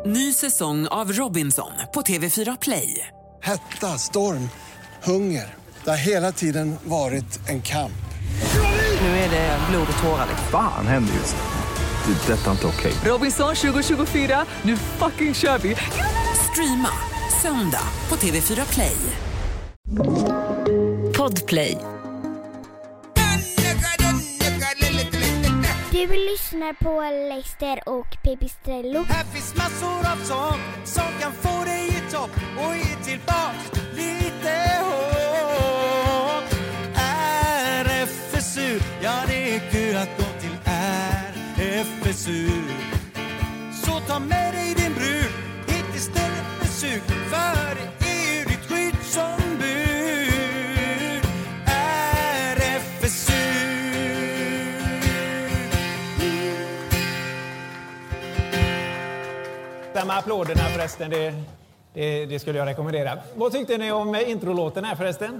Ny säsong av Robinson på TV4 Play. Hetta, storm, hunger. Det har hela tiden varit en kamp. Nu är det blod och tårar. Fan händer just nu. Det. Detta är inte okej. Robinson 2024, nu fucking kör vi. Streama söndag på TV4 Play. Podplay. Du lyssnar på Leicester och Pipistrello. Här finns massor av sång som kan få dig i topp och ge tillbaks lite hopp. RFSU, ja det är kul att gå till RFSU. Så ta med dig din brud hit istället för sug, för det är ju ditt skyddsombud. RFSU. De applåderna förresten, det skulle jag rekommendera. Vad tyckte ni om introlåten här förresten?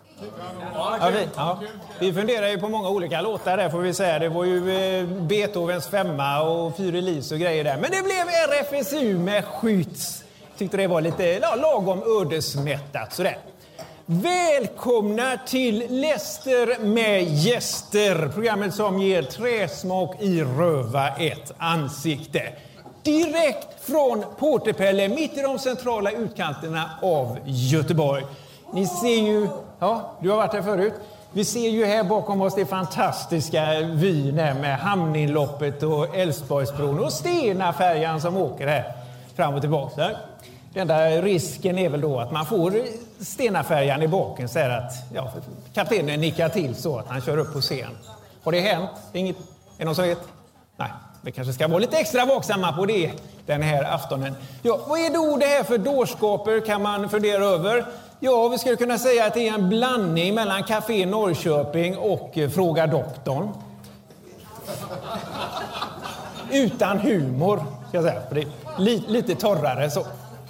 Vi funderar ju på många olika låtar där får vi säga. Det var ju Beethovens femma och Fyr Elise och grejer där. Men det blev RFSU med Skytts. Tyckte det var lite lagom ödesmättat sådär. Välkomna till Leicester med gäster. Programmet som ger träsmak i röva ett ansikte. Direkt från Porterpelle, mitt i de centrala utkanterna av Göteborg. Ni ser ju, du har varit här förut. Vi ser ju här bakom oss det fantastiska vyn med hamninloppet och Älvsborgsbron och Stenafärjan som åker här fram och tillbaka. Den enda risken är väl då att man får Stenafärjan i baken så att kaptenen nickar till så att han kör upp på scen. Har det hänt? Är någon som vet? Nej. Vi kanske ska vara lite extra vaksamma på det den här aftonen. Ja, vad är då det här för dårskaper kan man fundera över? Ja, vi skulle kunna säga att det är en blandning mellan Café Norrköping och Fråga Doktorn. Utan humor, ska jag säga. För det är lite torrare så.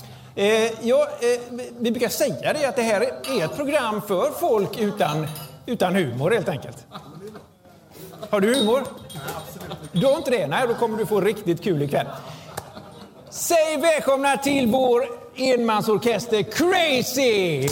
Vi brukar säga det att det här är ett program för folk utan humor helt enkelt. Har du humor? Nej, absolut. Du har inte det? Nej, då kommer du få riktigt kul ikväll. Säg välkomna till vår enmansorkester Crazy!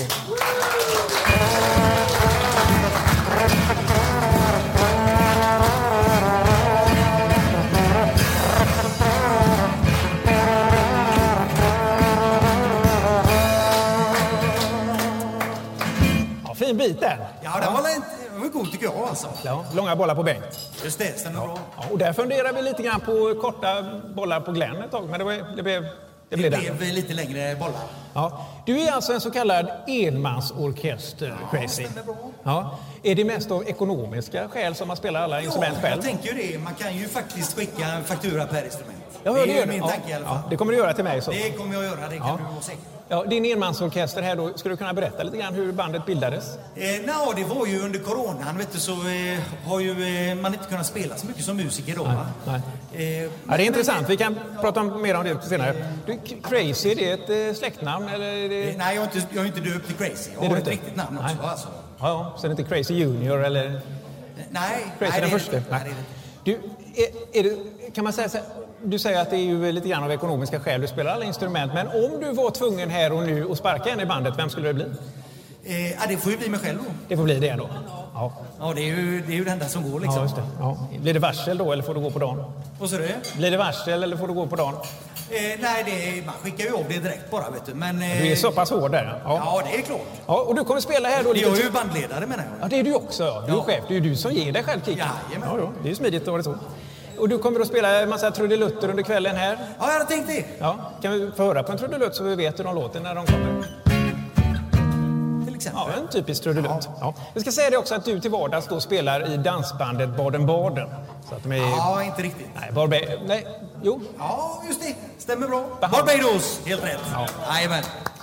Ja, fin bit den. Ja, det var god tycker jag alltså. Ja, långa bollar på bänk. Just det, stämmer bra. Ja, och där funderar vi lite grann på korta bollar på Glenn ett tag, men det blev lite längre bollar. Ja. Du är alltså en så kallad enmansorkester, Crazy. Ja, stämmer bra. Ja. Är det mest av ekonomiska skäl som man spelar alla instrument själv? Jag tänker ju det. Man kan ju faktiskt skicka en faktura per instrument. Ja, det är min tanke i alla fall. Ja, det kommer du göra till mig så. Det kommer jag göra, det kan du vara säker. Ja, din enmansorkester här då, skulle du kunna berätta lite grann hur bandet bildades? Det var ju under coronan, vet du, så har ju man inte kunnat spela så mycket som musiker då. Nej. Det är intressant, vi kan prata mer om det senare. Crazy, det är ett släktnamn? Eller är det... Nej, jag är inte döpt till Crazy. Jag har ett riktigt namn också. Alltså. Ja, så det är inte Crazy Junior eller... Nej, Crazy den första? Nej. Kan man säga så här, du säger att det är ju lite grann av ekonomiska skäl du spelar alla instrument, men om du var tvungen här och nu att sparka en i bandet, vem skulle det bli? Det får ju bli mig själv då. Det får bli det då? Ja, det är ju det enda som går liksom. Ja, just det. Ja. Blir det varsel då eller får du gå på dagen? Vad sa du? Blir det varsel eller får du gå på dagen? Man skickar ju av det direkt bara, vet du. Men, du är så pass hård där? Ja, det är klart. Ja, och du kommer spela här då lite... Jag är ju bandledare menar jag. Ja, det är du också. Ja. Du är chef. Det är du som ger dig själv kicken. Ja, det är ju smidigt att vara det så. Och du kommer att spela en massa trudelutter under kvällen här. Ja, jag hade tänkt det. Ja, kan vi få höra på en trudelutt så vi vet hur de låter när de kommer? Till exempel. Ja, en typisk trudelutt. Ja. Jag ska säga det också att du till vardags då spelar i dansbandet Baden-Baden. Så att de är... Ja, inte riktigt. Nej, jo. Ja, just det. Stämmer bra. Barbados, helt rätt. Ja. Jajamän.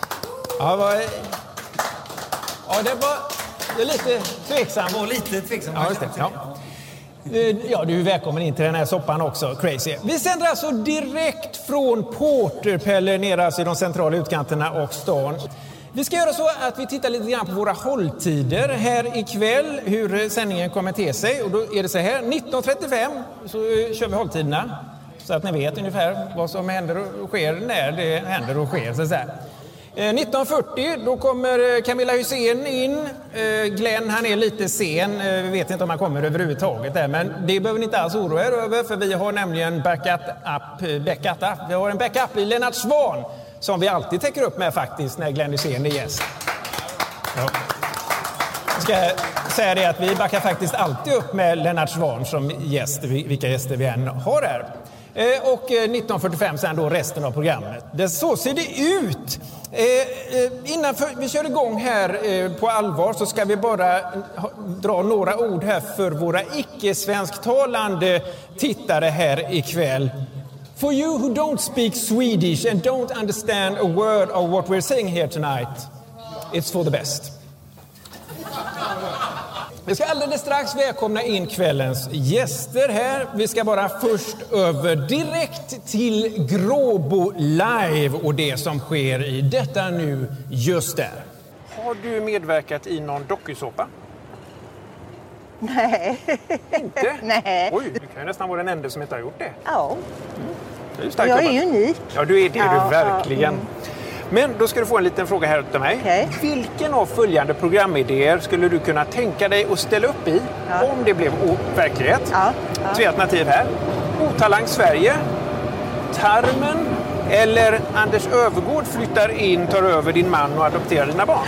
Det är lite tveksam. Ja, just det. Ja. Ja, du är välkommen in till den här soppan också, Crazy. Vi sänder alltså direkt från Porterpelle ner alltså i de centrala utkanterna och stan. Vi ska göra så att vi tittar lite grann på våra hålltider här ikväll, hur sändningen kommer till sig. Och då är det så här, 19.35 så kör vi hålltiderna. Så Så att ni vet ungefär vad som händer och sker när det händer och sker. Så att säga. 1940 då kommer Camilla Hysén in. Glenn han är lite sen. Vi vet inte om han kommer överhuvudtaget där, men det behöver ni inte alls oroa er över, för vi har nämligen backup. Vi har en backup i Lennart Swahn som vi alltid täcker upp med faktiskt när Glenn Hysén är gäst. Ja. Jag ska säga det att vi backar faktiskt alltid upp med Lennart Swahn som gäst, vilka gäster vi än har här. Och 1945 sen då resten av programmet. Så ser det ut. Innan vi kör igång här på allvar så ska vi bara dra några ord här för våra icke-svensktalande tittare här ikväll. For you who don't speak Swedish and don't understand a word of what we're saying here tonight, it's for the best. Vi ska alldeles strax välkomna in kvällens gäster här. Vi ska bara först över direkt till Gråbo live och det som sker i detta nu just där. Har du medverkat i någon dokusåpa? Nej. Inte? Nej. Oj, du kan ju nästan vara den enda som inte har gjort det. Ja. Det är jag är unik. Ja, du är det, ja, du verkligen. Men då ska du få en liten fråga här till mig. Okay. Vilken av följande programidéer skulle du kunna tänka dig att ställa upp i om det blev verklighet? Ja. 3 alternativ här. Otalang Sverige, Tarmen eller Anders Öfvergård flyttar in, tar över din man och adopterar dina barn?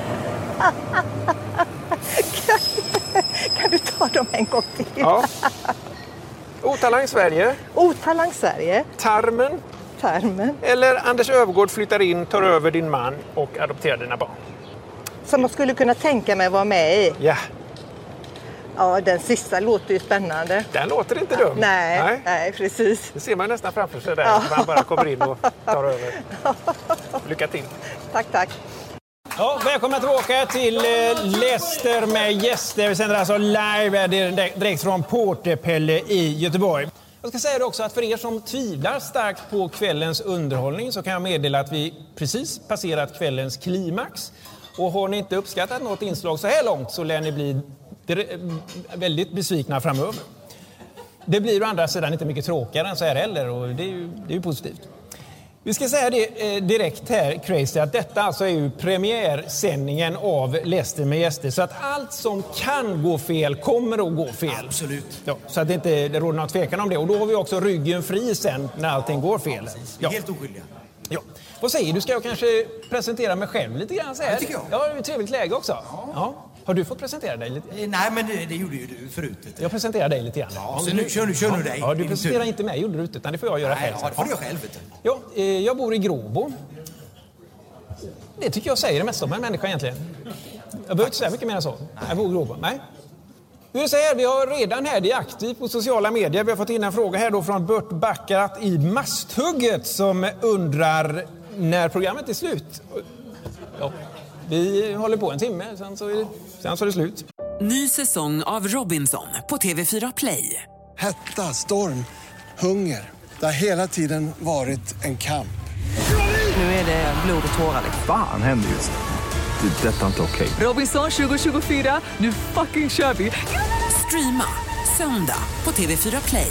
Kan du ta dem en gång till? Ja. Otalang Sverige. Otalang Sverige. Tarmen. Eller Anders Öfvergård flyttar in, tar över din man och adopterar dina barn. Som man skulle kunna tänka mig vara med i. Ja. Ja, den sista låter ju spännande. Den låter inte dum. Nej, precis. Det ser man nästan framför sig där. Ja. Man bara kommer in och tar över. Lycka till. Tack. Ja, välkomna tillbaka till Leicester med gäster. Vi sänder alltså live direkt från Porterpelle i Göteborg. Jag ska säga det också att för er som tvivlar starkt på kvällens underhållning så kan jag meddela att vi precis passerat kvällens klimax. Och har ni inte uppskattat något inslag så här långt så lär ni bli väldigt besvikna framöver. Det blir å andra sidan inte mycket tråkigare än så här heller och det är ju positivt. Vi ska säga det direkt här, Crazy, att detta alltså är ju premiärsändningen av Leicester med gäster. Så att allt som kan gå fel kommer att gå fel. Absolut. Ja, så att det råder någon tvekan om det. Och då har vi också ryggen fri sen när allting går fel. Ja. Helt oskyldiga. Ja. Vad säger du? Ska jag kanske presentera mig själv lite grann? Så här? Det tycker jag. Ja, det är ett trevligt läge också. Ja. Har du fått presentera dig lite? Nej, men det gjorde ju du förut. Jag presenterar dig lite grann. Ja, så nu kör du dig. Ja, du presenterar inte mig, gjorde du, utan det får jag göra själv. Ja, det får du göra själv. Ja, jag bor i Gråbo. Det tycker jag säger det mesta om en människa egentligen. Jag behöver inte säga mycket mer än så. Jag bor i Gråbo. Nej. Du säger, vi har redan här, det är aktivt på sociala medier. Vi har fått in en fråga här då från Bert Baccarat i Masthugget som undrar när programmet är slut. Ja, vi håller på en timme, sen så är det slut. Ny säsong av Robinson på TV4 Play. Hetta, storm, hunger. Det har hela tiden varit en kamp. Nu är det blod och tårar. Fan händer just det. Det är detta inte okej. Robinson 2024, nu fucking kör vi. Streama söndag på TV4 Play.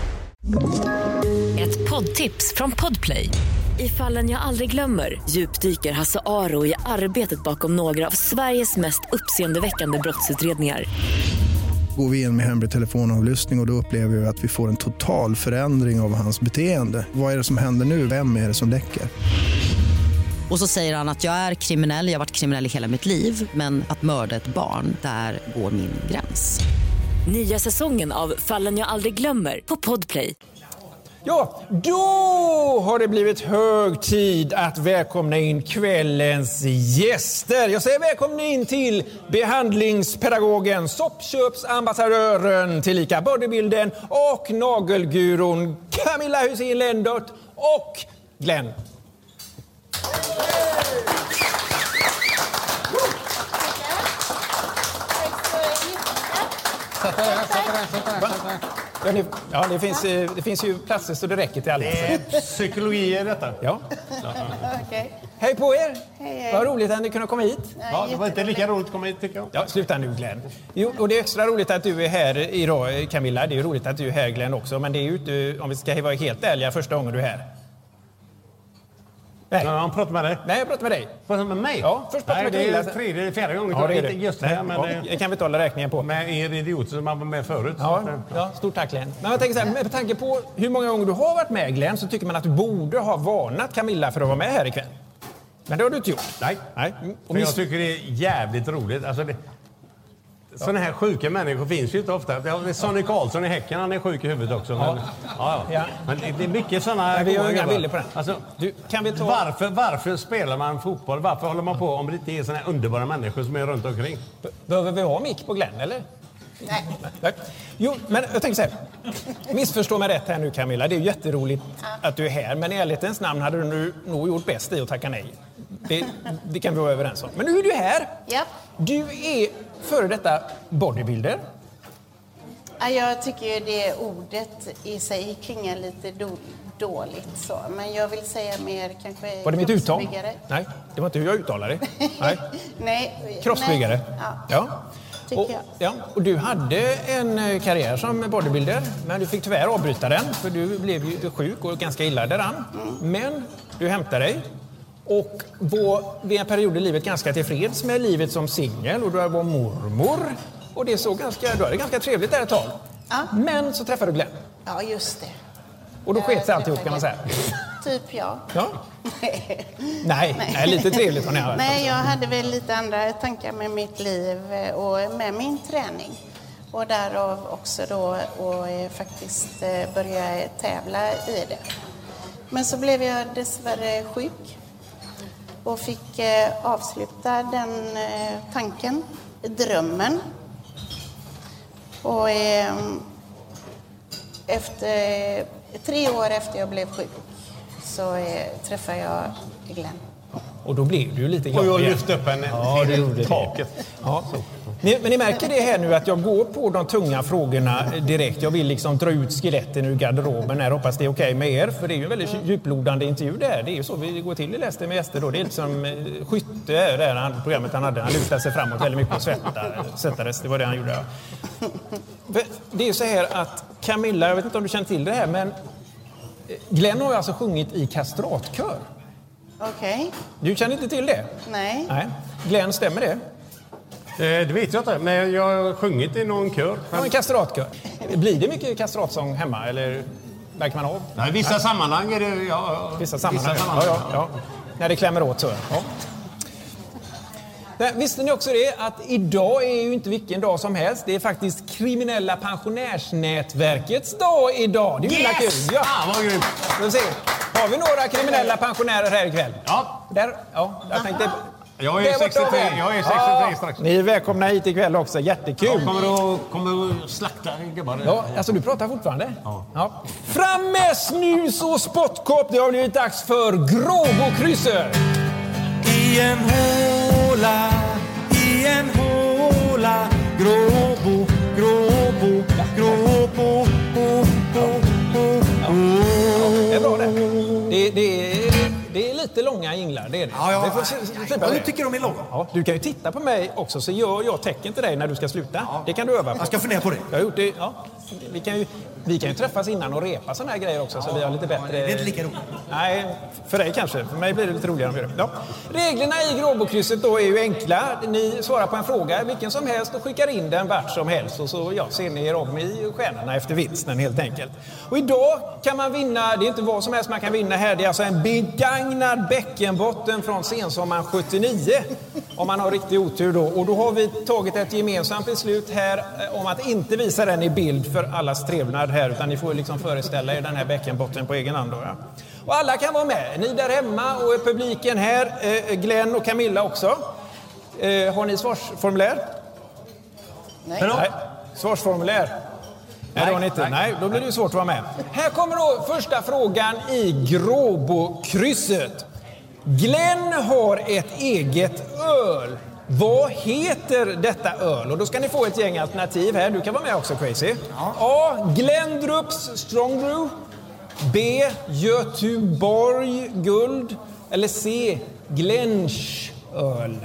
Ett poddtips från Podplay. I Fallen jag aldrig glömmer djupdyker Hasse Aro i arbetet bakom några av Sveriges mest uppseendeväckande brottsutredningar. Går vi in med hemlig telefonavlyssning och då upplever vi att vi får en total förändring av hans beteende. Vad är det som händer nu? Vem är det som läcker? Och så säger han att jag är kriminell, jag har varit kriminell i hela mitt liv. Men att mörda ett barn, där går min gräns. Nya säsongen av Fallen jag aldrig glömmer på Podplay. Ja, då har det blivit hög tid att välkomna in kvällens gäster. Jag säger välkomna in till behandlingspedagogen, soppköpsambassadören, tillika bodybuilden och nagelgurun Camilla Hysén Lendert och Glenn. Ja, det finns ju platser så det räcker till alla. Det är psykologi i detta. Ja. Okay. Hej på er! Hej. Vad roligt att ni kunde komma hit. Ja, det var inte lika roligt att komma hit tycker jag. Ja, sluta nu Glenn. Jo, och det är extra roligt att du är här idag, Camilla. Det är ju roligt att du är här Glenn också. Men det är ju inte, om vi ska vara helt ärliga, första gången du är här. Nej. Ja, han pratar med dig. Nej, jag pratar med dig. Pratar med mig? Ja, först pratar med Camilla. Det är tredje eller fjärde gången. Ja, det är det. Just det här, men det kan vi inte hålla räkningen på. Med er idiot som man var med förut. Ja, stort tack Glenn. Men jag tänker så här, med tanke på hur många gånger du har varit med Glenn så tycker man att du borde ha varnat Camilla för att vara med här ikväll. Men det har du inte gjort. Nej. För jag tycker det är jävligt roligt. Alltså sådana här sjuka människor finns ju inte ofta. Det har Sonny Karlsson i Häcken, han är sjuk i huvudet också. Men det är mycket sådana... Men vi har inga bilder på den. Alltså, kan vi ta... varför spelar man fotboll? Varför håller man på om det inte är såna här underbara människor som är runt omkring? Behöver vi ha mick på Glenn, eller? Nej. Jo, men jag tänker så här. Missförstå mig rätt här nu Camilla. Det är ju jätteroligt att du är här. Men i ärlighetens namn hade du nog gjort bäst i att tacka nej. Det kan vi vara överens om. Men nu är du här. Ja. Du är före detta bodybuilder. Ja, jag tycker ju det ordet i sig klingar lite dåligt så. Men jag vill säga mer kanske... Var det mitt uttal? Nej, det var inte hur jag uttalade det. Nej. Nej. Kroppsbyggare. Ja. Och du hade en karriär som bodybuilder, men du fick tyvärr avbryta den för du blev ju sjuk och ganska illa däran. Men du hämtade dig och var vid en period i livet ganska tillfreds med livet som singel och du var mormor och det såg du hade ganska trevligt där ett tag. Ja. Men så träffade du Glenn. Ja, just det. Och då skets alltihop kan man säga. Typ ja. Nej, lite trevligt har ni haft. Nej, jag hade väl lite andra tankar med mitt liv och med min träning. Och därav också då och faktiskt börja tävla i det. Men så blev jag dessvärre sjuk och fick avsluta den tanken, drömmen. Och efter 3 år efter jag blev sjuk så träffade jag Glenn. Och då blev du ju lite glad. Och jag lyfte upp en taket. Ja. Men ni märker det här nu att jag går på de tunga frågorna direkt. Jag vill liksom dra ut skeletten ur garderoben här. Hoppas det är okej med er. För det är ju en väldigt djuplodande intervju där. Det är ju så vi går till i Läster med gäster då. Det är liksom Skytte där programmet han hade. Han lutade sig framåt väldigt mycket och svettades. Det var det han gjorde. Det är ju så här att Camilla, jag vet inte om du känner till det här, men Glenn har ju alltså sjungit i kastratkör. Okej. Du känner inte till det? Nej. Glenn, stämmer det? Det vet jag inte, men jag har sjungit i någon kör. Ja, en kastratkör. Blir det mycket kastratsång hemma, eller märker man av? Nej, vissa sammanhang är det, Vissa sammanhang. Ja. När det klämmer åt så. Ja. Visste ni också det att idag är ju inte vilken dag som helst. Det är faktiskt Kriminella pensionärsnätverkets dag idag. Det är ju kul. Ja, vad grymt. Har vi några kriminella pensionärer här ikväll? Ja. Jag tänkte... Jag är 63 strax. Ni är välkomna hit ikväll också. Jättekul. Jag kommer att slakta gubbar. Ja, alltså du pratar fortfarande? Ja. Fram med snus och spottkopp. Det har blivit dags för Gråbokrysset. I en håla, Gråbo. Det är bra det. Det är lite långa jinglar, det är det. Jag tycker de är långa. Ja, du kan ju titta på mig också så gör jag tecken till dig när du ska sluta. Ja. Det kan du öva på. Jag ska fundera på det. Jag har gjort det. Ja. Vi kan ju träffas innan och repa såna här grejer också så vi har lite bättre... Det är inte lika roligt. Nej, för dig kanske. För mig blir det lite roligare om vi gör det. Ja. Reglerna i Gråbokrysset då är ju enkla. Ni svarar på en fråga, vilken som helst, och skickar in den vart som helst. Och så ser ni er om i stjärnorna efter vinsten helt enkelt. Och idag kan man vinna, det är inte vad som helst man kan vinna här. Det är alltså en begagnad bäckenbotten från sensommaren 79. Om man har riktig otur då. Och då har vi tagit ett gemensamt beslut här om att inte visa den i bild för allas trevnad här. Utan ni får liksom föreställa er den här bäckenbotten på egen hand då, ja. Och alla kan vara med. Ni där hemma och publiken här. Glenn och Camilla också. Har ni svarsformulär? Nej. Svarsformulär? Nej, det har ni inte. Nej, då blir det ju svårt att vara med. Här kommer då första frågan i Gråbokrysset. Glenn har ett eget öl. Vad heter detta öl? Och då ska ni få ett gäng alternativ här. Du kan vara med också, Crazy. Ja. A. Glendrups Strong Brew. B. Göteborg Guld. Eller C. Glensch öl.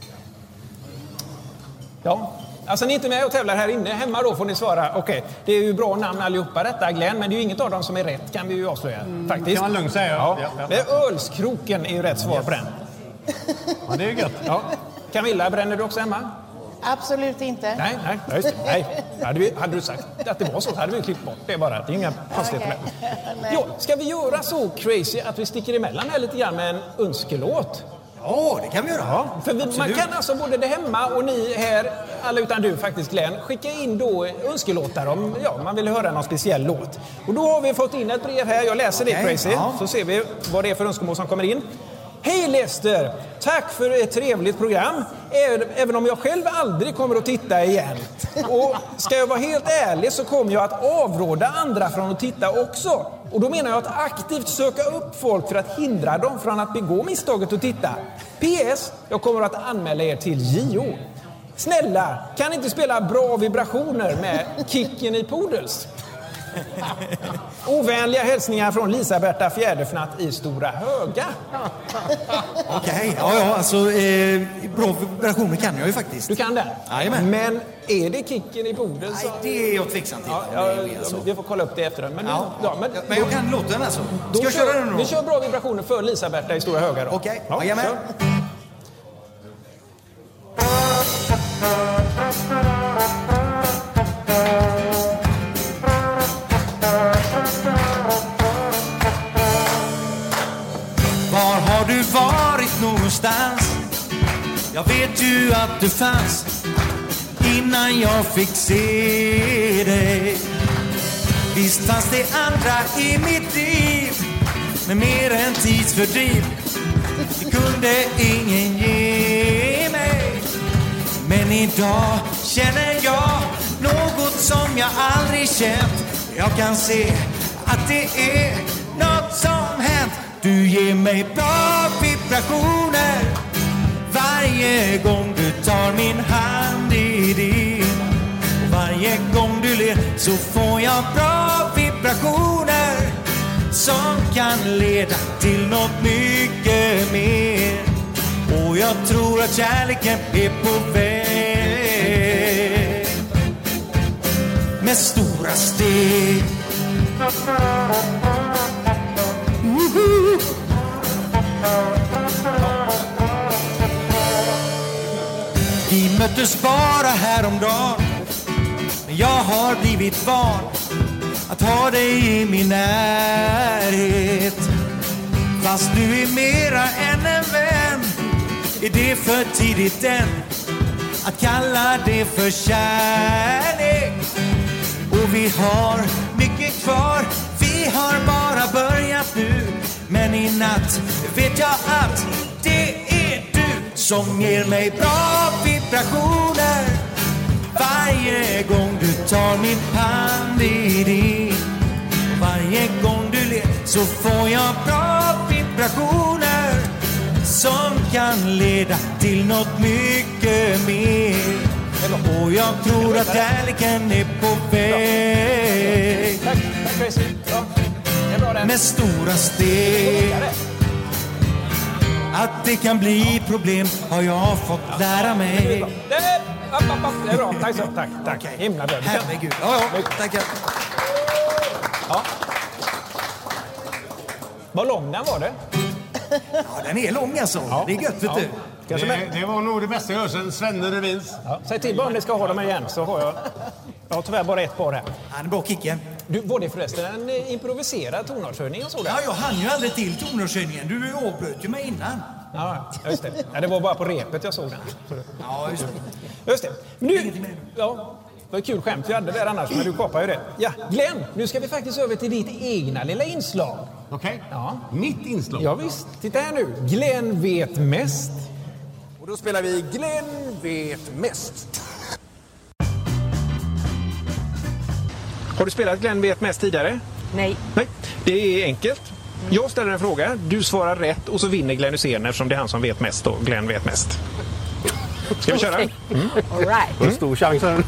Ja, alltså ni är inte med och tävlar här inne. Hemma då får ni svara. Okej, det är ju bra namn allihopa detta, Glenn. Men det är ju inget av dem som är rätt, kan vi ju avslöja. Faktiskt. Kan man lugnt säga. Ja. Men Ölskroken är ju rätt svar på den. Ja, det är gött. Ja. Camilla, bränner du också hemma? Absolut inte. Nej, just det. Nej. Hade du sagt att det var så hade vi klippt bort det bara. Det är inga konstigheter med. Jo, ska vi göra så, Crazy, att vi sticker emellan här lite grann med en önskelåt? Ja, det kan vi göra. Ja, för man kan alltså både det hemma och ni här, alla utan du faktiskt, Glenn, skicka in då önskelåtar om man vill höra någon speciell låt. Och då har vi fått in ett brev här, jag läser det, Crazy, så ser vi vad det är för önskemål som kommer in. Hej Lester! Tack för ett trevligt program, även om jag själv aldrig kommer att titta igen. Och ska jag vara helt ärlig så kommer jag att avråda andra från att titta också. Och då menar jag att aktivt söka upp folk för att hindra dem från att begå misstaget att titta. PS, jag kommer att anmäla er till JO. Snälla, kan inte spela bra vibrationer med Kicken i Poodles? Ovänliga hälsningar från Lisa-Berta Fjäderfnatt i Stora Höga. Okej, alltså bra vibrationer kan jag ju faktiskt. Du kan den? Jajamän. Men är det Kicken i Poodles? Nej, det är jag tveksam till. Vi får kolla upp det efter. Men jag kan låten alltså. Ska jag köra den då? Vi kör bra vibrationer för Lisa-Berta i Stora Höga då. Okej, jajamän. Var har du varit någonstans? Jag vet ju att du fanns innan jag fick se dig. Visst fanns det andra i mitt liv med mer än tidsfördriv. Det kunde ingen ge mig. Men idag känner jag något som jag aldrig känt. Jag kan se att det är något som hänt. Du ger mig bra vibrationer varje gång du tar min hand i din. Och varje gång du ler så får jag bra vibrationer som kan leda till något mycket mer. Och jag tror att kärleken är på väg med stora steg. Vi möttes bara häromdagen, men jag har blivit van att ha dig i min närhet. Fast du är mera än en vän, är det för tidigt än att kalla det för kärlek. Och vi har mycket kvar, vi har bara börjat nu. Men i natt vet jag att det är du som ger mig bra vibrationer varje gång du tar min hand i din. Varje gång du ler så får jag bra vibrationer som kan leda till något mycket mer. Och jag tror att kärleken är på väg. Tack Crazy. Ja, det är bra det. Med stora steg. Att det kan bli problem har jag fått lära mig. Det är bra. Tack så. Tack. Okay. Himla bra. Herregud. Ja, tackar. Ja. Vad lång den var det? Ja, den är lång alltså. Ja. Det är gött, vet du. Det var nog det bästa jag hört sen Svenne Revins. Ja. Säg till bara om ni ska ha dem igen så har jag tyvärr bara ett par här. Han är bra Kicken. Du, var det förresten en improviserad tonartshöjning och så där? Ja, jag hann ju aldrig till tonartshöjningen. Du avbröt ju mig innan. Ja, just det. Ja, det var bara på repet jag såg den. Ja, just det. Just det. Nu, det var kul skämt vi hade där annars, men du kapar ju det. Ja, Glenn, nu ska vi faktiskt över till ditt egna lilla inslag. Okej. Ja. Mitt inslag? Ja, visst. Titta här nu. Glenn vet mest. Och då spelar vi Glenn vet mest. Har du spelat Glenn vet mest tidigare? Nej. Nej, det är enkelt. Jag ställer en fråga, du svarar rätt och så vinner Glenn Hysén eftersom det är han som vet mest och Glenn vet mest. Ska vi köra? All right. Stor chans här.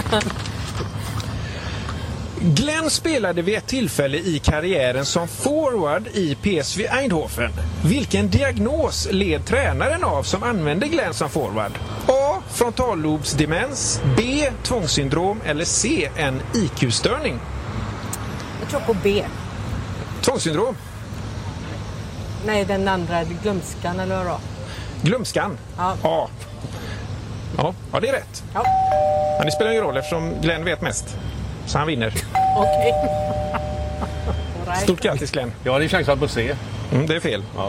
Glenn spelade vid ett tillfälle i karriären som forward i PSV Eindhoven. Vilken diagnos led tränaren av som använde Glenn som forward? A. Frontallobsdemens, B. Tvångssyndrom eller C. En IQ-störning? Jag tror på B. Tvångssyndrom? Nej, den andra, glömskan eller vad då? Glömskan? Ja. A. Ja, det är rätt. Ja. Men det spelar ju roll eftersom Glenn vet mest. Så han vinner. Okej. Right. Stort grattis Glenn. Ja, det är chans på C. Det är fel. Ja.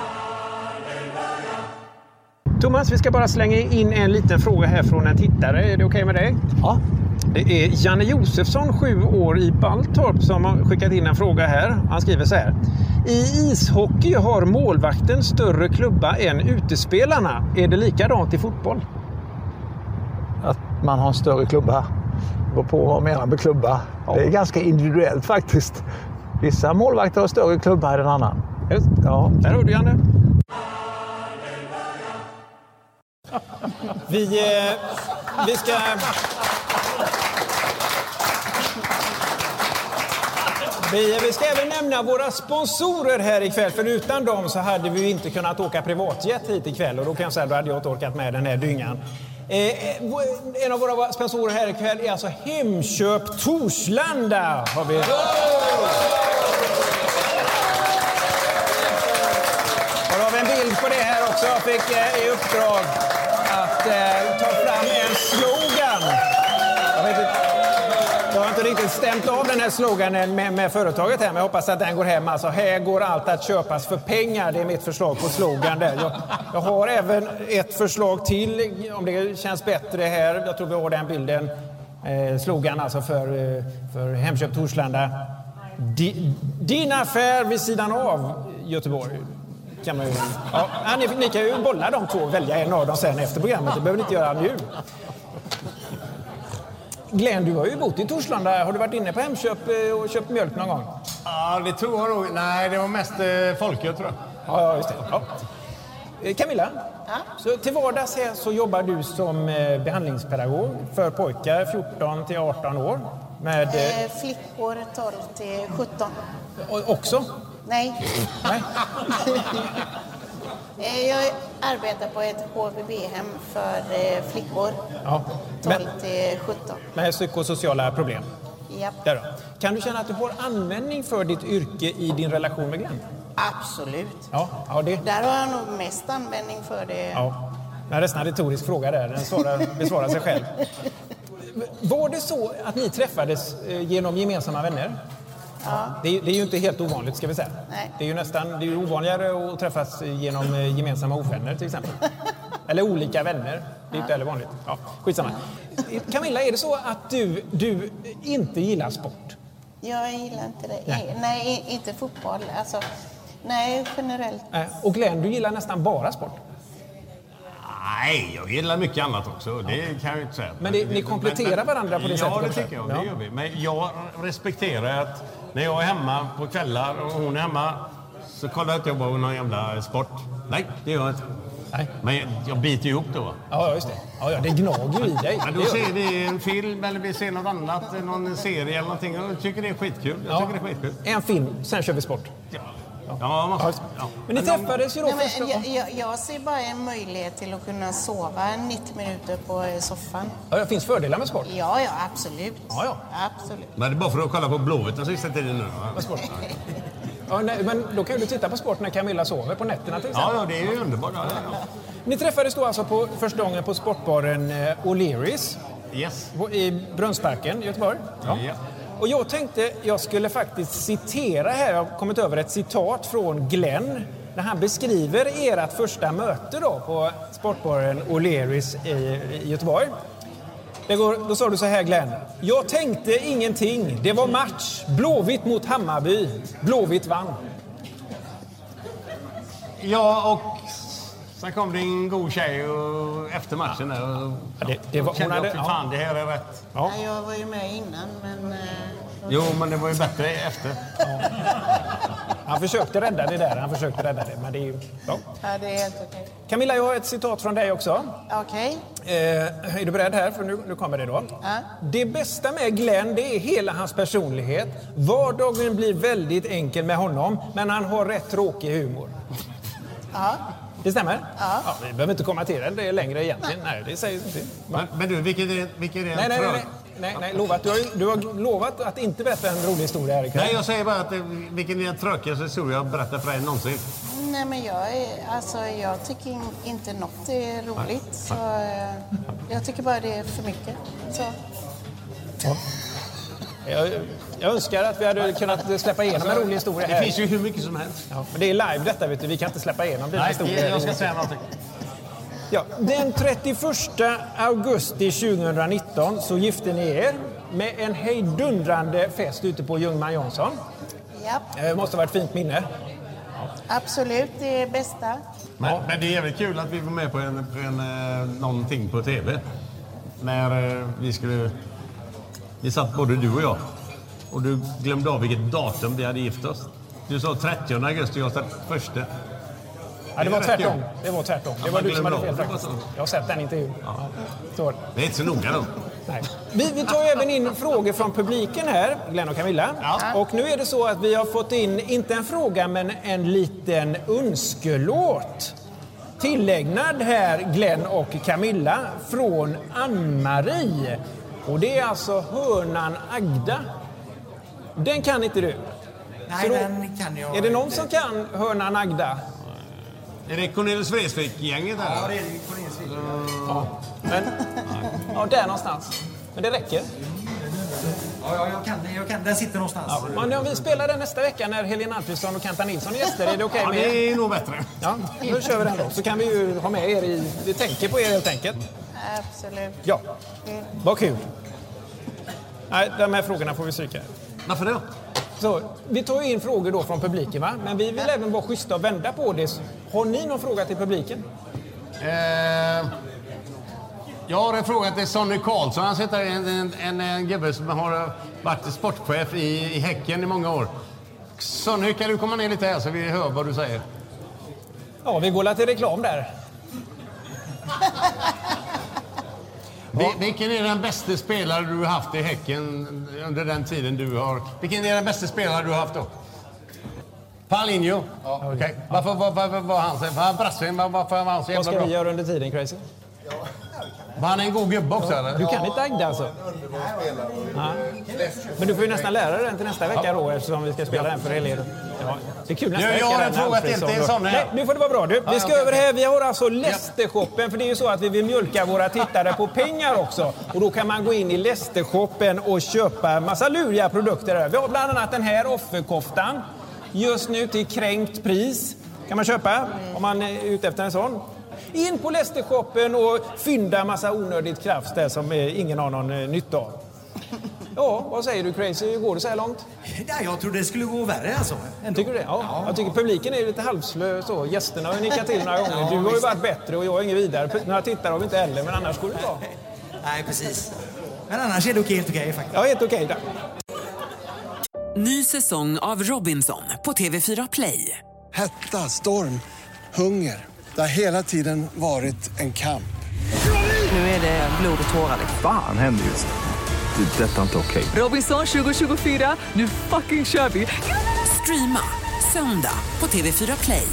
Thomas, vi ska bara slänga in en liten fråga här från en tittare. Är det okej med dig? Ja. Det är Janne Josefsson, 7 år i Baltorp, som har skickat in en fråga här. Han skriver så här. I ishockey har målvakten större klubba än utespelarna. Är det likadant i fotboll? Att man har en större klubba. Gå på vad man menar med klubba. Ja. Det är ganska individuellt faktiskt. Vissa målvakter har större klubba än en annan. Just. Ja. Där har du, Janne. Vi ska... Vi ska även nämna våra sponsorer här ikväll, för utan dem så hade vi inte kunnat åka privatjet hit ikväll, och då kan jag säga att då hade jag inte orkat med den här dyngan. En av våra sponsorer här ikväll är alltså Hemköp Torslanda. Har vi... Och då har vi en bild på det här också. Jag fick i uppdrag att ta fram en slogan. Jag har inte riktigt stämt av den här sloganen med företaget här, men jag hoppas att den går hem. Alltså, här går allt att köpas för pengar. Det är mitt förslag på slogan där. Jag har även ett förslag till, om det känns bättre här. Jag tror vi har den bilden. Slogan alltså för Hemköp Torslanda. Din affär vid sidan av Göteborg. Kan man ju, ja, ni kan ju bolla de två, välja en av dem sen efter programmet. Det behöver ni inte göra nu. Glenn, du har ju bott i Torslanda. Har du varit inne på Hemköp och köpt mjölk någon gång? Ja, det tror jag nog. Nej, det var mest folköl, tror jag. Ja, just det. Ja. Camilla, så till vardags här så jobbar du som behandlingspedagog för pojkar 14 till 18 år. Med flickor 12 till 17. Också? Nej. Jag arbetar på ett HVB-hem för flickor 12 till 17. Med psykosociala problem? Ja. Där då. Kan du känna att du har användning för ditt yrke i din relation med Glenn? Absolut. Ja, det. Där har jag nog mest användning för det. Ja, men resten är en retorisk fråga där. Den besvarar sig själv. Var det så att ni träffades genom gemensamma vänner? Ja. Det är ju inte helt ovanligt, ska vi säga. Nej. Det är ju ovanligare att träffas genom gemensamma ovänner till exempel. Eller olika vänner. Det är inte heller vanligt. Ja, skitsamma. Camilla, är det så att du inte gillar sport? Jag gillar inte det. Nej, inte fotboll. Alltså, nej, generellt. Och Glenn, du gillar nästan bara sport? Nej, jag gillar mycket annat också. Det kan jag inte säga. Men ni kompletterar varandra på det sättet? Ja, det tycker jag. Det gör vi. Men jag respekterar att när jag är hemma på kvällar och hon är hemma så kollar jag inte på någon jävla sport. Nej, det gör jag inte. Nej. Men jag biter ihop då. Ja, just det. Ja, det gnager ju i dig. Men då ser vi en film eller vi ser något annat, någon serie eller någonting. Jag tycker det är skitkul. En film, sen kör vi sport. Ja. Men ni träffades ju då jag ser bara en möjlighet till att kunna sova 90 minuter på soffan. Ja, det finns fördelar med sport. Ja, absolut. Ja. Absolut. Men det är bara för att kolla på Blåvitt den sista tiden nu. Ja, nej, men då kan du titta på sport när Camilla sover på nätterna till exempel. Ja, det är ju underbart. Ja. Ni träffades då alltså på första gången på sportbaren O'Learys. Yes. I Brunnsparken i Göteborg. Ja. Och jag tänkte jag skulle faktiskt citera här. Jag har kommit över ett citat från Glenn när han beskriver ert första möte då på sportbaren O'Learys i Göteborg. Då sa du så här, Glenn. Jag tänkte ingenting. Det var match. Blåvitt mot Hammarby. Blåvitt vann. Ja, och sen kom det en god tjej och efter matchen där. Och det var, kände jag, fan, det här är rätt. Ja. Jag var ju med innan, men... Jo, men det var ju bättre efter. Han försökte rädda det där, men det är ju... Ja, det är helt okej. Camilla, jag har ett citat från dig också. Okej. Är du beredd här? För nu kommer det då. Ja. Det bästa med Glenn, det är hela hans personlighet. Vardagen blir väldigt enkel med honom, men han har rätt tråkig humor. Ja. Det stämmer? Ja. Vi behöver inte kommentera det längre egentligen. Nej, det säger inte. Men du, vilken är Nej, lovat. Du har lovat att inte berätta en rolig historia här ikväll. Nej, jag säger bara att vilken är den tråkigaste historia jag berättar för dig någonsin? Nej, men jag tycker inte något är roligt. Så jag tycker bara det är för mycket. Så. Ja. Jag önskar att vi hade kunnat släppa igenom en rolig historia här. Det finns ju hur mycket som helst. Ja, men det är live detta, vet du. Vi kan inte släppa igenom dina historier. Nej, jag ska säga någonting. Ja, den 31 augusti 2019 så gifte ni er med en hejdundrande fest ute på Ljungman Johnson. Ja. Det måste ha varit ett fint minne. Absolut, det är bästa. Men det är jävligt kul att vi var med på någonting på tv. När vi satt både du och jag. Och du glömde av vilket datum vi hade gift oss. Du sa 30 augusti och jag sa 1. Ja, det var tvärtom. Det var du som hade fel faktiskt. Jag har sett den intervjun. Ja. Så. Det är inte så noga då. Nej. Vi tar även in frågor från publiken här, Glenn och Camilla. Ja. Och nu är det så att vi har fått in, inte en fråga, men en liten önskelåt. Tillägnad här, Glenn och Camilla, från Ann-Marie. Och det är alltså Hörnan Agda. Den kan inte du. Nej, den kan jag. Är det någon som kan Hörnan Agda? Är det Cornelis Vreeswijk-gänget där? Ja, det är Cornelis Vreeswijk. Ja, där någonstans. Men det räcker. Ja, jag kan. Den sitter någonstans. Ja, men om vi spelar den nästa vecka när Helena Alfredsson och Kenta Nilsson är gäster, är det okej med? Ja, det är nog bättre. Ja, då kör vi den då. Så kan vi ju ha med er vi tänker på er helt enkelt. Absolut. Ja, vad kul. Nej, de här frågorna får vi stryka. Varför det? Så, vi tar ju in frågor då från publiken, va? Men vi vill även vara schyssta och vända på det. Har ni någon fråga till publiken? Jag har en fråga till Sonny Karlsson. Han sitter en gubbe som har varit sportchef i Häcken i många år. Sonny, kan du komma ner lite här så vi hör vad du säger? Ja, vi går till reklam där. Vilken är den bästa spelare du har haft i Häcken under den tiden du har... Vilken är den bästa spelare du har haft då? Paulinho? Ja. Okej. Okay. Varför var han så? Varför var han så jävla bra? Vad ska vi göra under tiden, Crazy? Var han en god gubbe också, eller? Du kan inte Agda alltså? Ja. Men du får ju nästan lära dig den till nästa vecka då, eftersom vi ska spela den för hela er. Ja. Det är kul nästa vecka. Jag har en fråga till sån här. Nej, nu får det vara bra du. Vi ska över här. Vi har alltså Lästershoppen, för det är ju så att vi vill mjölka våra tittare på pengar också. Och då kan man gå in i Lästershoppen och köpa massa luriga produkter där. Vi har bland annat den här offerkoftan. Just nu till kränkt pris. Kan man köpa om man är ute efter en sån. In på Lästershoppen och fynda massa onödigt kraft där som ingen har någon nytta av. Ja, vad säger du Crazy? Hur går det så här långt? Ja, jag trodde det skulle gå värre alltså. Ändå. Tycker du det? Ja. Jag tycker publiken är lite halvslö så. Gästerna har nickat till några gånger. Du har ju varit bättre och jag är ingen vidare. Några tittare har vi inte heller, men annars går det bra. Nej, precis. Men annars är det helt okej faktiskt. Ja, helt okej där. Ny säsong av Robinson på TV4 Play. Hetta, storm, hunger. Det har hela tiden varit en kamp. Nu är det blod och tårar. Fan händer just det. Detta är inte okej. Robinson 2024, nu fucking kör vi. Streama söndag på TV4 Play.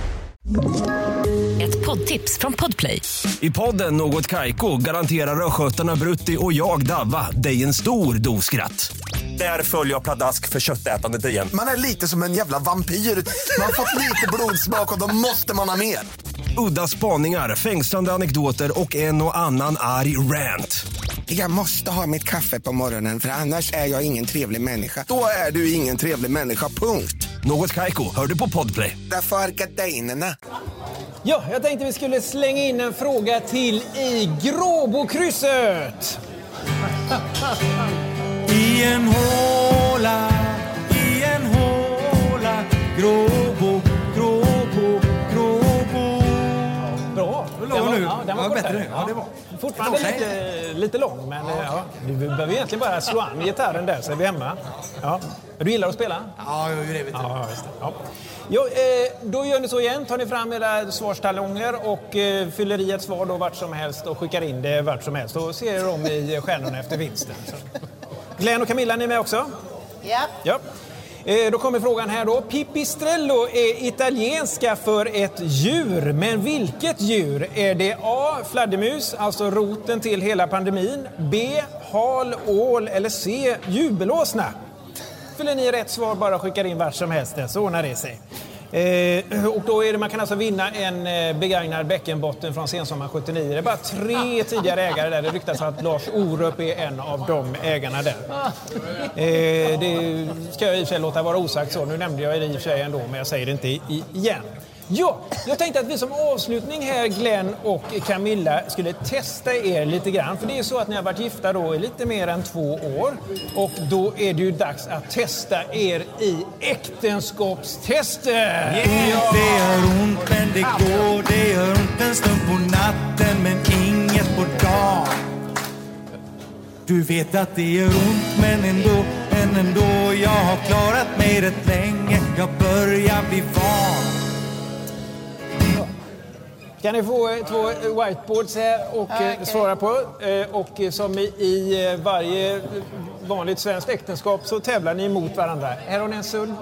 Ett poddtips från Podplay. I podden Något Kaiko garanterar röskötarna Brutti och jag Davva dig en stor doskratt. Där följer jag pladask för köttätandet igen. Man är lite som en jävla vampyr. Man har fått lite blodsmak och då måste man ha mer. Udda spaningar, fängslande anekdoter och en och annan arg rant. Jag måste ha mitt kaffe på morgonen för annars är jag ingen trevlig människa. Då är du ingen trevlig människa, punkt. Något Kaiko, hör du på Podplay. Därför är gardinerna. Ja, jag tänkte vi skulle slänga in en fråga till i Gråbokrysset. I en håla, Gråbo, Gråbo, Gråbo. Bra. Det var eller hur? Ja, den var bättre nu. Ja, det var. Fortfarande lite lång, men du behöver egentligen bara slå an gitarren där så är vi hemma. Ja. Du gillar att spela? Ja, jag gör det. Ja, just det. Ja. Jo, då gör ni så igen. Tar ni fram era svarstalonger och fyller i ett svar då vart som helst och skickar in det vart som helst. Och ser de i stjärnorna efter vinsten. Så. Glenn och Camilla, ni med också? Ja. Då kommer frågan här då. Pipistrello är italienska för ett djur. Men vilket djur? Är det A. Fladdermus, alltså roten till hela pandemin. B. Hal, ål eller C. Jubelåsna? Fyller ni rätt svar bara skickar in vart som helst, så ordnar det sig. Och då är det, man kan alltså vinna en begagnad bäckenbotten från sensommar 79. Det är bara 3 tidigare ägare där. Det ryktas att Lars Orup är en av de ägarna där. Det ska jag i och för sig låta vara osagt så. Nu nämnde jag det i och för sig ändå, men jag säger det inte igen. Ja, jag tänkte att vi som avslutning här, Glenn och Camilla, skulle testa er lite grann. För det är så att ni har varit gifta då i lite mer än 2 år. Och då är det ju dags att testa er i äktenskapstester. Yeah. Det gör ont men det går. Det gör ont en stund på natten men inget på dagen. Du vet att det gör ont men ändå jag har klarat mig rätt länge. Jag börjar bli van. Kan ni få 2 whiteboards här och svara på. Och som i varje vanligt svenskt äktenskap så tävlar ni mot varandra. Här har ni en sull.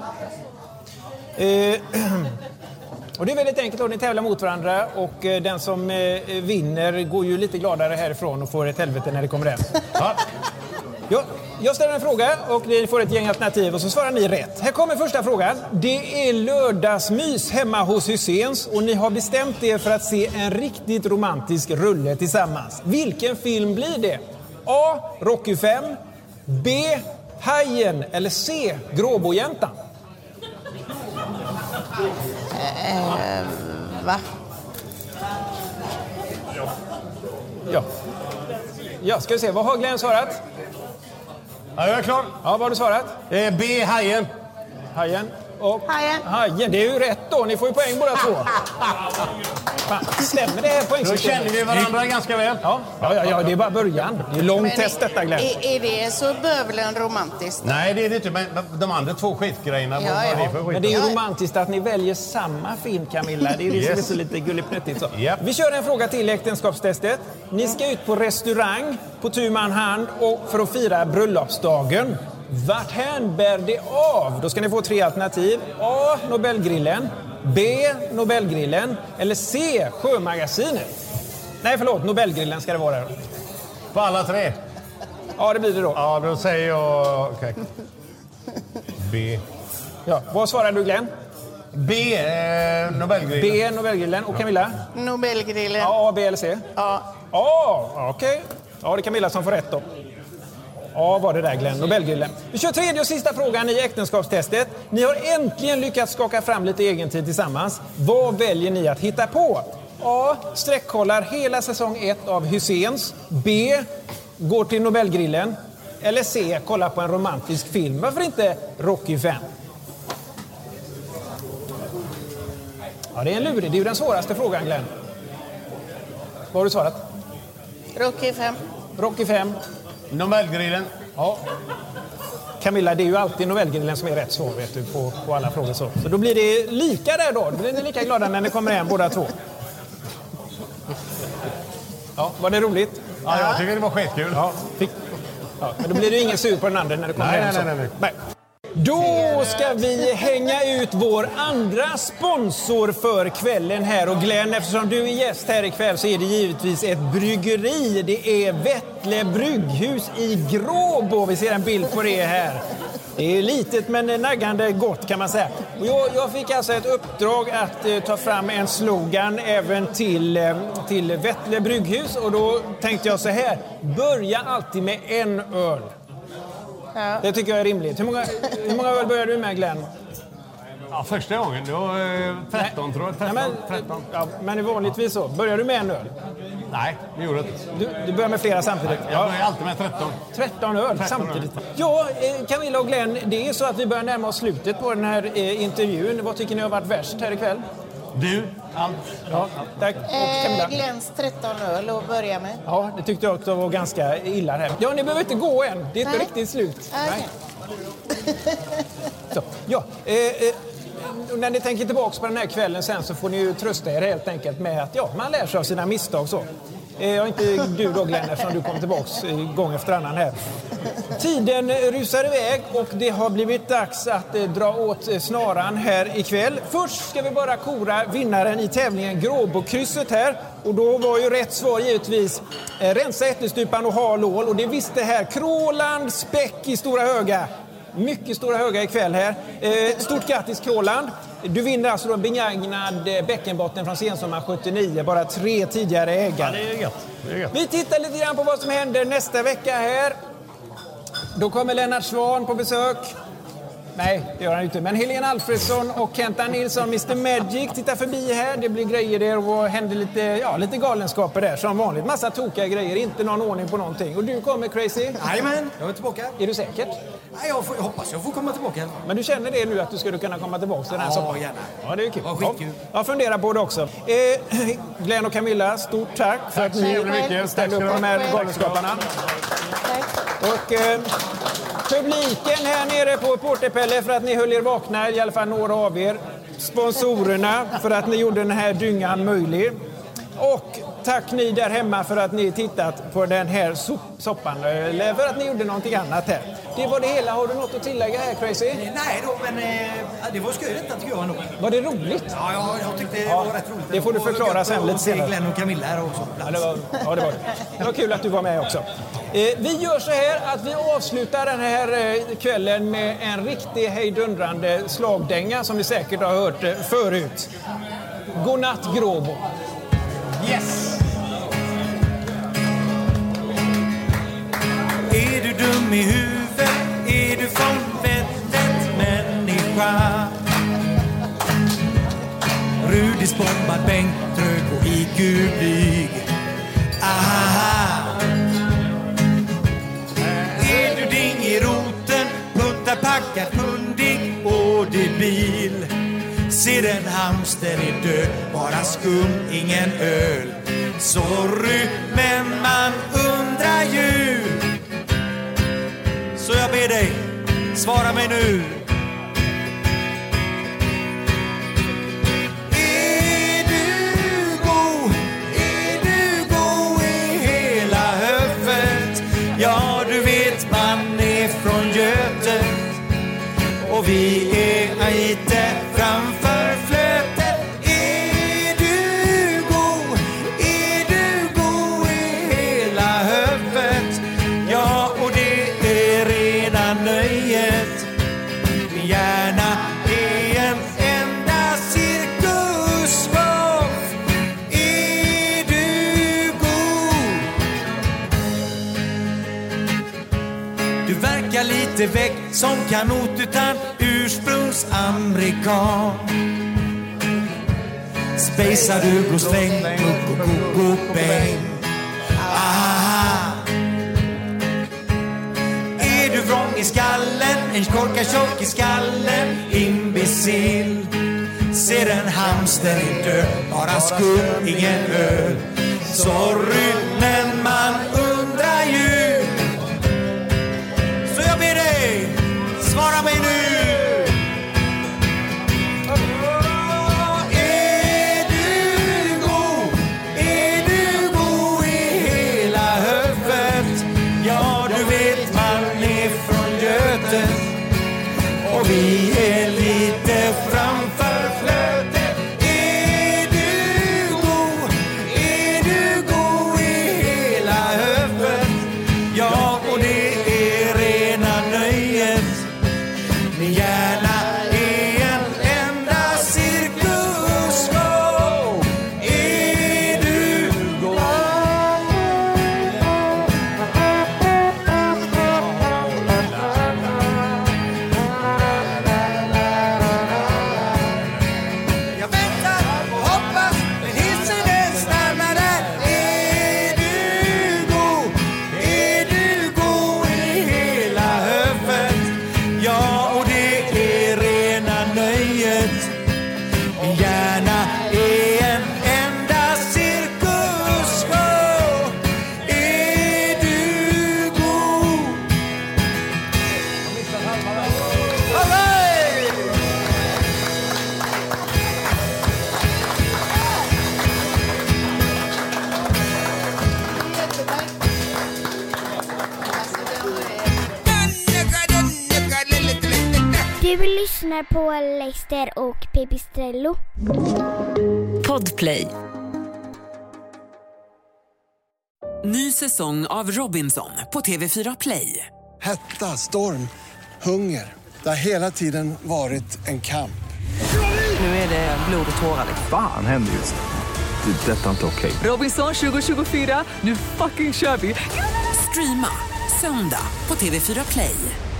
Och det är väldigt enkelt att ni tävlar mot varandra. Och den som vinner går ju lite gladare härifrån och får ett helvete när det kommer hem. Ja, jag ställer en fråga och ni får ett gäng alternativ och så svarar ni rätt. Här kommer första frågan. Det är lördagsmys hemma hos Hyséns och ni har bestämt er för att se en riktigt romantisk rulle tillsammans. Vilken film blir det? A. Rocky 5, B. Hajen eller C. Gråbojäntan? Va? Ja, ska vi se. Vad har Glenn svarat? Ja, jag är klar. Ja, vad har du svarat? B. Hajen. Hajen. Och Hajen. Det är ju rätt då. Ni får ju poäng båda 2. Fan, stämmer det här poängsystemet? Då känner vi varandra ganska väl. Ja, det är bara början. Det är långt test detta, Glenn. Är det så bövlen romantiskt? Nej, det är det inte. Men de andra 2 skitgrejerna, vad är det för skit? Men det är ju romantiskt att ni väljer samma film, Camilla. Det är det som är så lite gulligt så. Yep. Vi kör en fråga till äktenskapstestet. Ni ska ut på restaurang på tu man hand och för att fira bröllopsdagen. Vart hän bär det av? Då ska ni få 3 alternativ. A. Nobelgrillen. B. Nobelgrillen. Eller C. Sjömagasinet. Nej, förlåt. Nobelgrillen ska det vara där. På alla 3? Ja, det blir det då. Ja, då säger jag... Okej. B. Ja, vad svarar du, Glenn? B. Nobelgrillen. B. Nobelgrillen. Och Camilla? Nobelgrillen. A, B eller C? Ja. Okej. Ja, det är Camilla som får rätt då. Ja, var det där, Glenn. Nobelgrillen. Vi kör 3:e och sista frågan i äktenskapstestet. Ni har äntligen lyckats skaka fram lite egen tid tillsammans. Vad väljer ni att hitta på? A. Sträckkollar hela säsong 1 av Hyséns. B. Går till Nobelgrillen. Eller C. Kollar på en romantisk film. Varför inte Rocky 5? Ja, det är en lurig. Det är ju den svåraste frågan, Glenn. Vad har du svarat? Rocky 5. Rocky 5. Nobelgrillen. Ja. Camilla, det är ju alltid Nobelgrillen som är rätt svar, vet du, på alla frågor så. Så då blir det lika där då. Då blir ni lika glada när ni kommer hem båda 2. Ja, var det roligt? Ja, jag tycker det var skitkul. Ja, men då blir det ju ingen sur på den andra när det kommer hem. Nej. Då ska vi hänga ut vår andra sponsor för kvällen här. Och Glenn, eftersom du är gäst här ikväll så är det givetvis ett bryggeri. Det är Vettle brygghus i Gråbo. Vi ser en bild på det här. Det är litet men naggande gott kan man säga. Och jag fick alltså ett uppdrag att ta fram en slogan även till Vettle brygghus. Och då tänkte jag så här, börja alltid med en öl. Ja. Det tycker jag är rimligt. Hur många öl började du med, Glenn? Ja, första gången. Då 13 tror jag. 13. Ja, men vanligtvis så. Börjar du med en öl? Nej, det gjorde inte. Du börjar med flera samtidigt? Jag börjar alltid med 13. 13 öl samtidigt? Ja, Camilla och Glenn, det är så att vi börjar närma oss slutet på den här intervjun. Vad tycker ni har varit värst här ikväll? Du, allt. Ja, tack. Och Camilla. Glens 13 öl att börja med. Ja, det tyckte jag också var ganska illa här. Ja, ni behöver inte gå än. Det är inte riktigt slut. Okay. Så, ja. När ni tänker tillbaka på den här kvällen sen så får ni ju trösta er helt enkelt med att man lär sig av sina misstag så. Inte du då Glenn, eftersom du kom tillbaks gång efter annan här. Tiden rusar iväg och det har blivit dags att dra åt snaran här ikväll. Först ska vi bara kora vinnaren i tävlingen Gråbokrysset här. Och då var ju rätt svar givetvis rensa ättestypan och ha lål. Och det visste här Kråland Späck i Stora Höga. Mycket Stora Höga ikväll här. Stort grattis Kråland. Du vinner alltså då en begagnad bäckenbotten från sensommar 79. Bara 3 tidigare ägare. Ja, det är gött. Vi tittar lite grann på vad som händer nästa vecka här. Då kommer Lennart Svan på besök. Nej, det gör han inte. Men Helene Alfredsson och Kenta Nilsson, Mr. Magic, tittar förbi här. Det blir grejer där och händer lite galenskaper där som vanligt. Massa tokiga grejer, inte någon ordning på någonting. Och du kommer, Crazy? Jajamän, jag är tillbaka. Är du säker? Nej, jag hoppas jag får komma tillbaka. Men du känner det nu att du skulle kunna komma tillbaka till den här soppan? Ja, gärna. Ja, det är kul. Ja, skitkul. Jag funderar på det också. Glenn och Camilla, stort tack för att ni ställde upp på de här galenskaparna. Och publiken här nere på Porterpelle för att ni höll er vakna, i alla fall några av er. Sponsorerna för att ni gjorde den här dyngan möjlig. Och tack ni där hemma för att ni tittat på den här soppan, eller för att ni gjorde någonting annat här. Det var det hela. Har du något att tillägga här, Crazy? Nej då, men det var skoj detta tycker jag ändå. Var det roligt? Ja, jag tyckte det var rätt roligt. Det får du förklara sen lite senare. Glenn och Camilla här också. Ja, det var det. Det var kul att du var med också. Vi gör så här att vi avslutar den här kvällen med en riktig hejdundrande slagdänga som ni säkert har hört förut. Godnatt Gråbo. Yes! Är du dum i huvudet? Är du från vettet människa? Rudis bombad bänk, trög och IQ-blyg. Aha! Är du ding i roten? Puttar packad pundig och debil. Ser en hamster är död, bara skum, ingen öl. Sorry, men man undrar ju. Så jag ber dig, svara mig nu. Är du god i hela huvudet? Ja, du vet man är från Götet. Och vi är lite framför flötet. Är du god i hela huvudet? Ja, och det är rena nöjet. Min hjärna är en enda cirkusvåg. Är du god? Du verkar lite väck som kanot utan ursprungsamerikan. Spejsar du, går släng, go, bäng. Aha. Är du vrång i skallen, en korka tjock i skallen, imbecill. Ser en hamster i död, bara skum, ingen öl. Sorry, men man undrar ju. Så jag ber dig, svara mig nu. Och vi är lite framför flötet. Är du god i hela höst? lyssnar på Leicester och Pipistrello. Podplay. Ny säsong av Robinson på TV4 Play. Hetta, storm, hunger. Det har hela tiden varit en kamp. Nu är det blod och tårar. Fan händer just det. Det är detta inte okej. Robinson 2024, nu fucking kör vi. Streama söndag på TV4 Play.